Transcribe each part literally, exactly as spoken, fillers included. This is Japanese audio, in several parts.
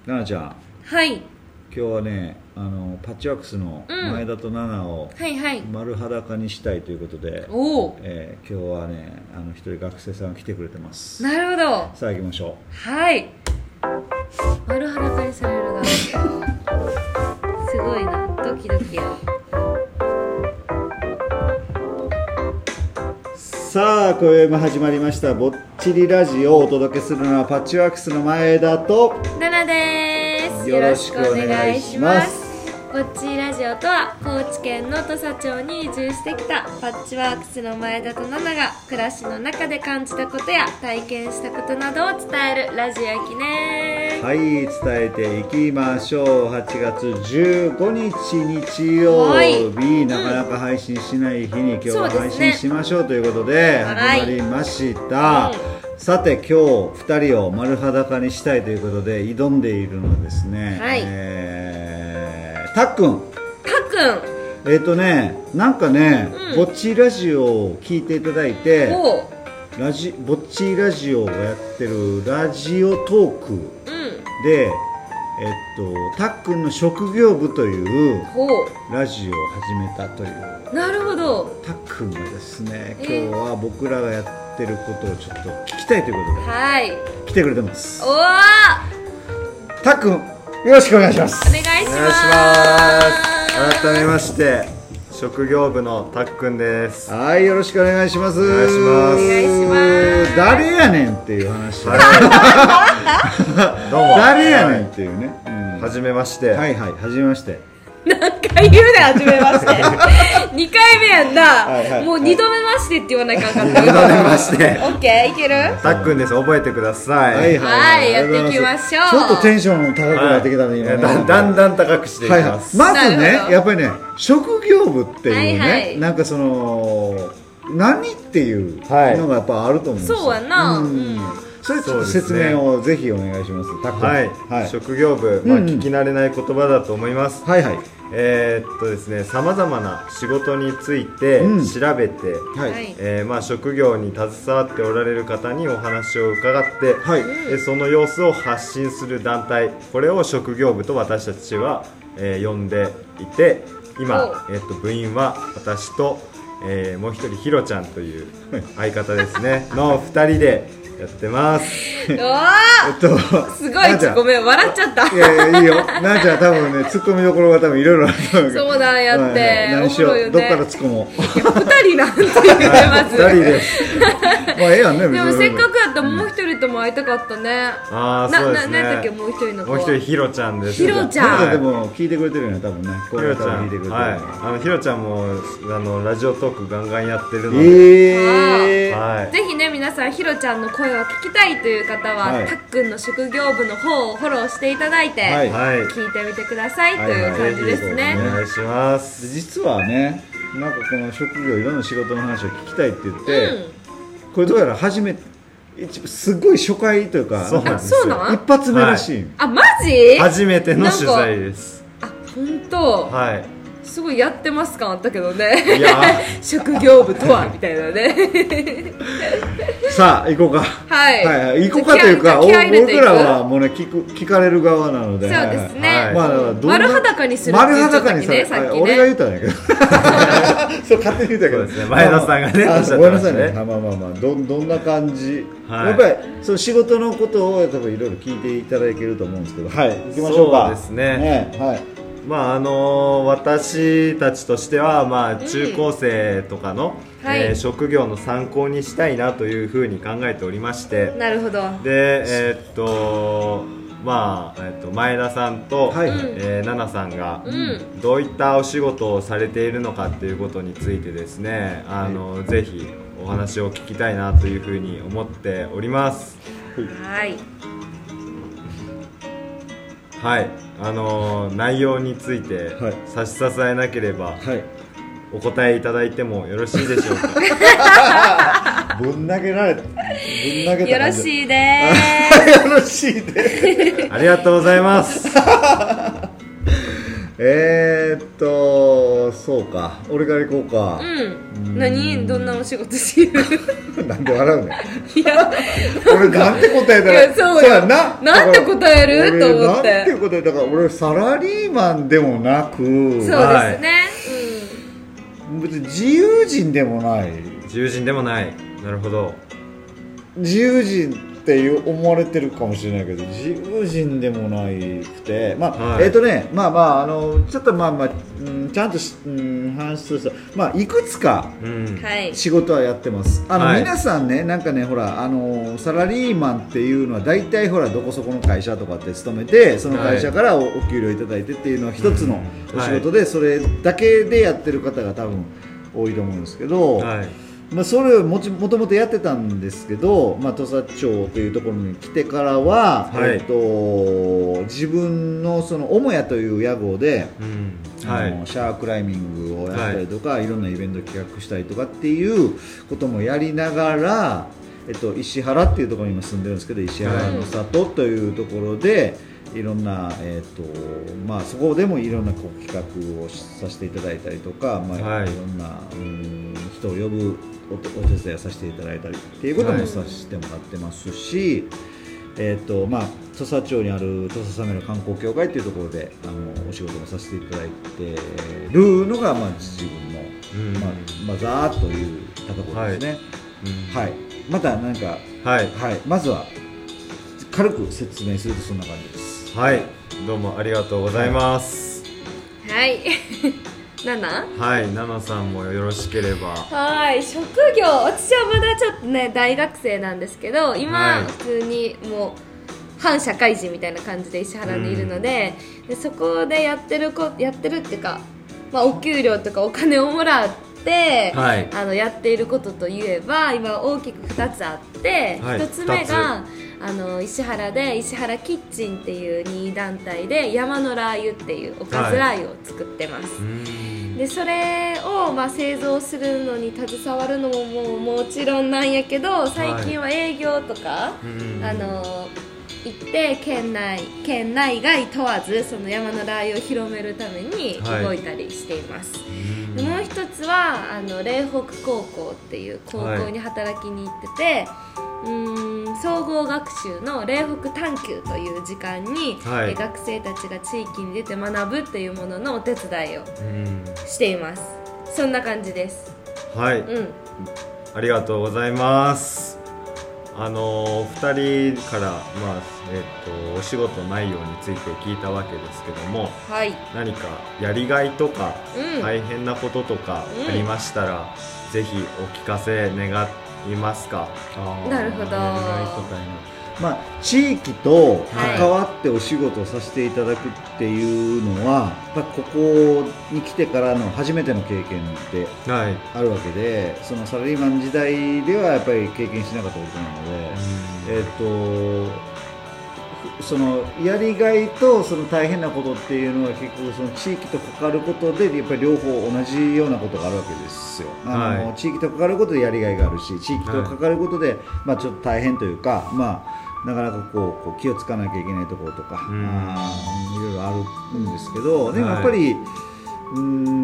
奈々ちゃん、 はい。 今日はね、あのパッチワークスの前田と奈々をはいはい。 丸裸にしたいということで、 おお。 えー、今日はね、あの一人学生さんが来てくれてます。 なるほど。 さあ行きましょう。 はい。丸裸にされるがすごいな。ドキドキや。 さあ今宵も始まりましたぼっちりラジオをお届けするのはパッチワークスの前田と奈々です。 よろしくお願いします。 ぼっちりラジオとは高知県の土佐町に移住してきたパッチワークスの前田と奈々が暮らしの中で感じたことや体験したことなどを伝えるラジオやきね。 はい、伝えていきましょう。はちがつじゅうごにち日曜日、なかなか配信しない日に今日は配信しましょうということで始まりました。さて今日ふたりを丸裸にしたいということで挑んでいるのはですね、 はい、 えー、たっくんたっくんえっ、ー、とねなんかね、うん、ぼっちラジオを聞いていただいてラジぼっちラジオがやってるラジオトーク、うん、でえっとたっくんの職業部というラジオを始めたという。 なるほど。 たっくんがですね今日は僕らがやってることをちょっと聞きたいということで、はい、来てくれてます。おー、たっくんよろしくお願いします。 お願いします。お願いします。改めまして職業部のたっくんです。 はい、よろしくお願いします。 お願いします。 お願いします。 誰やねんっていう話。どうも。 誰やねんっていうね。 うん、はじめまして。 はいはい、はじめまして。 何回言うね、はじめまして。にかいめやんな。はいはい、もうにどめましてって言わないかんかった。 にどめまして。 オッケー、いける？ たっくんです。覚えてください。 はい、はい、やっていきましょう。 ちょっとテンション高くなってきたね、今ね。 だんだん高くしていきます。 まずね、やっぱりね、職業部っていうね、なんかその何っていうのがやっぱあると思うんですよ。 そうやな。 それちょっと説明をぜひお願いします。 はい、職業部、まあ聞き慣れない言葉だと思います。はいはい。えー、っとですね、さまざまな仕事について調べて、はい、えー、まあ職業に携わっておられる方にお話を伺って、はい、えその様子を発信する団体、これを職業部と私たちは、えー、呼んでいて、今、えー、っと部員は私と、えー、もう一人ひろちゃんという相方ですねのふたりでやってます。 おー、えっと、すごい、ごめん、笑っちゃった。 いやいや、いいよ。なんちゃん多分ね、突っ込みどころが多分いろいろあると思うけど。 そうなんやって。 何しよう、どっから突っ込もう。 いや、ふたりなんて言ってます。 ふたりです。まあ、ええやんね、 でもせっかくやったらもう一人とも会いたかったね。 ああ、そうですね。 何だっけ、もう一人の子。 もう一人、ひろちゃんです。 ひろちゃん。 でも、聞いてくれてるよね、多分ね。 ひろちゃん。はい。あの、ひろちゃんも、あの、ラジオトークガンガンやってるので。 えー。はい。ぜひね、皆さん、ひろちゃんの声を聞きたいという方は、はい、たっくんの職業部の方をフォローしていただいて、はい、聞いてみてください、はい、という感じですね。 お願いします。 実はね、なんかこの職業いろんな仕事の話を聞きたいって言って、うん、これどうやら初めすごい初回というか、 そうなんですよ。 一発目らしい、はい、 あ、マジ？ 初めての取材です。 あ、本当。 はい。 すごいやってます感あったけどね。いや職業部とはみたいなね。 さあ行こうか。はい、はいはい、行こうかというか、僕らはもうね聞く聞かれる側なので。 そうですね。はい、 まあ丸裸にするって言っちゃったっけね、さっきね。 俺が言ったんやけど。そう勝手に言ったけどですね。前田さんがね。 ごめんなさいね。まあまあまあどどんな感じ。やっぱりその仕事のことを多分いろいろ聞いていただけると思うんですけど。はい。行きましょうか。 そうですね。はい。まああのー、私たちとしては、まあ、中高生とかの、うん、えーはい、職業の参考にしたいなというふうに考えておりまして。 なるほど。 で、えー、っとまあえー、っと前田さんと、はい、えー、奈々さんが、うん、どういったお仕事をされているのかということについてですね、あの、はい、ぜひお話を聞きたいなというふうに思っております。 はい。 はい、あのー、内容について差し支えなければ、はい、お答えいただいてもよろしいでしょうか。 ぶん投げられた。ぶん投げた。 よろしいでーす。よろしいでーす。 ありがとうございます。 えーっとそうか、俺から行こうか。 うん、うん、何どんなお仕事してるなんで笑うねん。 いや俺なんて答えたら、いやそうやな、なんて答えると思って、 なんて答えたから、俺サラリーマンでもなく、そうですね、 はいうん、別に自由人でもない、 自由人でもない。なるほど。 自由人っていう思われてるかもしれないけど、自由人でもないくて、まあ、はい、えっ、ー、とね、まあまあ、あのちょっとまあまあ、うん、ちゃんとし、うん、話すと、まあいくつか仕事はやってます。あの、はい、皆さんね、なんかね、ほら、あのサラリーマンっていうのは大体ほらどこそこの会社とかって勤めて、その会社から お,、はい、お給料いただいてっていうのは一つのお仕事で、うん、それだけでやってる方が多分多いと思うんですけど。はい、まあ、それをもちもともとやってたんですけど、まあ、土佐町というところに来てからは、はい、えっと、自分のその母屋という屋号で、うん、はい、あのシャークライミングをやったりとか、はい、いろんなイベント企画したりとかっていうこともやりながら、えっと、石原っていうところに今住んでるんですけど、石原の里というところで、いろんな、えーとまあ、そこでもいろんなこう企画をさせていただいたりとか、まあ、はい、いろんな、うん、人を呼ぶお, お手伝いをさせていただいたりっていうこともさせてもらってますし、はい、えーとまあ、土佐町にある土佐サメの観光協会っていうところであのお仕事もさせていただいてるのが、まあ、自分の、うん、まあまあ、ざーっというところですね。はい、うん、はい、また何か、はいはい、まずは軽く説明するとそんな感じです。 はい、どうもありがとうございます。 はい、ナナ、 はい、ナナさんもよろしければ。 はい、職業、私はまだちょっとね大学生なんですけど、今、はい、普通にもう反社会人みたいな感じで石原にいるので、うん、でそこでやってるこやってるっていうか、まあ、お給料とかお金をもらって、はい、あのやっていることといえば今大きくふたつあって、はい、ひとつめがあの石原で石原キッチンっていうに団体で山のラー油っていうおかずラー油を作ってます、はい、でそれをまあ製造するのに携わるのももうもちろんなんやけど、最近は営業とか、はい、あの行って県内県内外問わずその山のラー油を広めるために動いたりしています、はい、でもう一つはあの嶺北高校っていう高校に働きに行ってて、はい、うーん総合学習の嶺北探究という時間に、はい、学生たちが地域に出て学ぶっていうもののお手伝いをしています。そんな感じです。 はい、うん、ありがとうございます。あのふたりから、まあえー、とお仕事内容について聞いたわけですけども、はい、何かやりがいとか、うん、大変なこととかありましたら、うん、ぜひお聞かせ願いますか。 あ、なるほど。やりがいとかまあ、地域と関わってお仕事をさせていただくっていうのは、はい、やっぱここに来てからの初めての経験であるわけで、はい、そのサラリーマン時代ではやっぱり経験しなかったことなので、えー、とそのやりがいとその大変なことっていうのは結局その地域と関わることでやっぱり両方同じようなことがあるわけですよ。あの、はい、地域と関わることでやりがいがあるし、地域と関わることで、はい、まあ、ちょっと大変というか、まあなかなかこう、こう気をつかなきゃいけないところとか、うん、あいろいろあるんですけど、でもやっぱり、はい、うー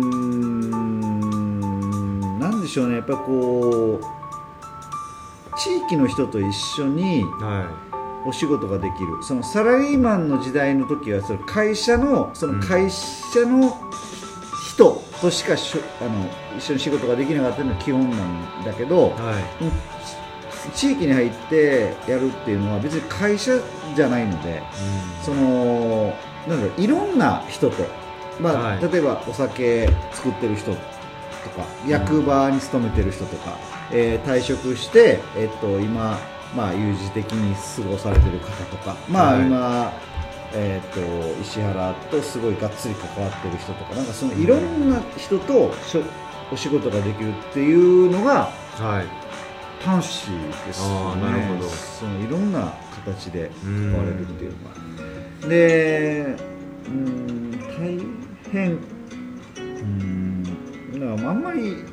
ん、なんでしょうね、やっぱりこう地域の人と一緒にお仕事ができる、はい、そのサラリーマンの時代の時はその会社のその会社の人としかしょ、あの一緒に仕事ができなかったのが基本なんだけど、はい、地域に入ってやるっていうのは別に会社じゃないので、うん、そのなんだろう、いろんな人と、まあはい、例えばお酒作ってる人とか役場に勤めてる人とか、うん、えー、退職して、えっと、今、まあ、有事的に過ごされてる方とか、まあ、はい、今、えー、と石原とすごいがっつり関わってる人とか、なんかそのいろんな人としょお仕事ができるっていうのが、はい、楽しいですよね。なるほど。そのいろんな形で関われるっていうのが、で、うん、大変、うん、だからあんまり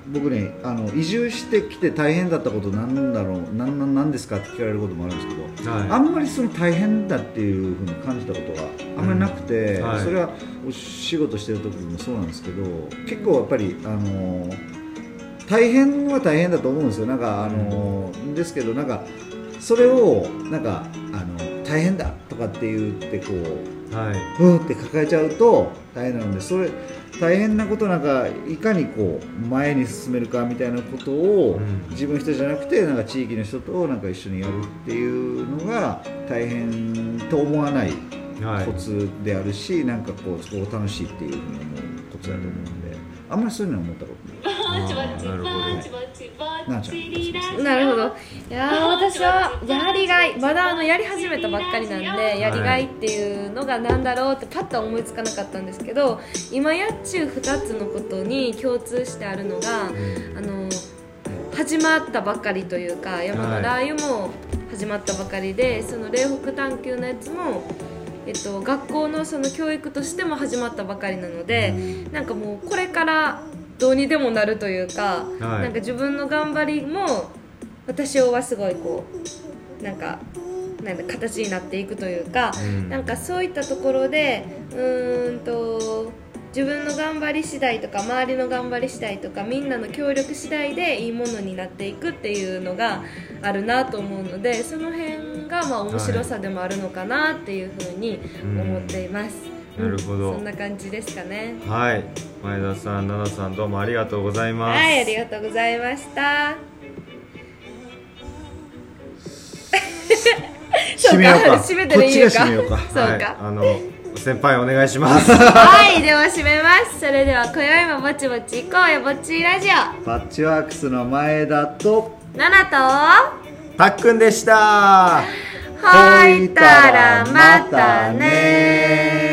僕ねあの移住してきて大変だったことなんだろうなんなんなんですかって聞かれることもあるんですけど、はい、あんまりその大変だっていうふうに感じたことがあんまりなくて、うんはい、それはお仕事してる時もそうなんですけど結構やっぱりあの大変は大変だと思うんですよなんかあの、うん、ですけどなんかそれをなんかあの大変だとかって言ってこう、はい、うーって抱えちゃうと大変なのでそれ大変なことなんかいかにこう前に進めるかみたいなことを、うん、自分一人じゃなくてなんか地域の人となんか一緒にやるっていうのが大変と思わないコツであるし、はい、なんかこうそこを楽しいっていうふうに思うコツだと思うので、あんまりそういうのは思ったことない。なるほど。なちゃん。 なるほど。いや私はやりがいまだあのやり始めたばっかりなんでやりがいっていうのがなんだろうってパッと思いつかなかったんですけど今やっちゅうふたつのことに共通してあるのが、うん、あの始まったばっかりというか山のラー油も始まったばかりで、はい、その霊北探求のやつもえっと、学校のその教育としても始まったばかりなので、うん、なんかもうこれからどうにでもなるというか、はい、なんか自分の頑張りも私はすごいこうなんかなんか形になっていくというか、うん、なんかそういったところでうーんと自分の頑張り次第とか周りの頑張り次第とかみんなの協力次第でいいものになっていくっていうのがあるなと思うのでその辺がまあ面白さでもあるのかなっていうふうに思っています、 うん、なるほど、 そんな感じですかね。 はい、前田さん、奈々さんどうもありがとうございます。 はい、ありがとうございました締めようか締めてるいいのかこっちが締めようかそうか、 はい、あの先輩お願いしますはいでは締めます。それでは今宵もぼちぼち行こうよぼっちラジオパッチワークスの前田と奈々とたっくんでした。 はいたらまたね。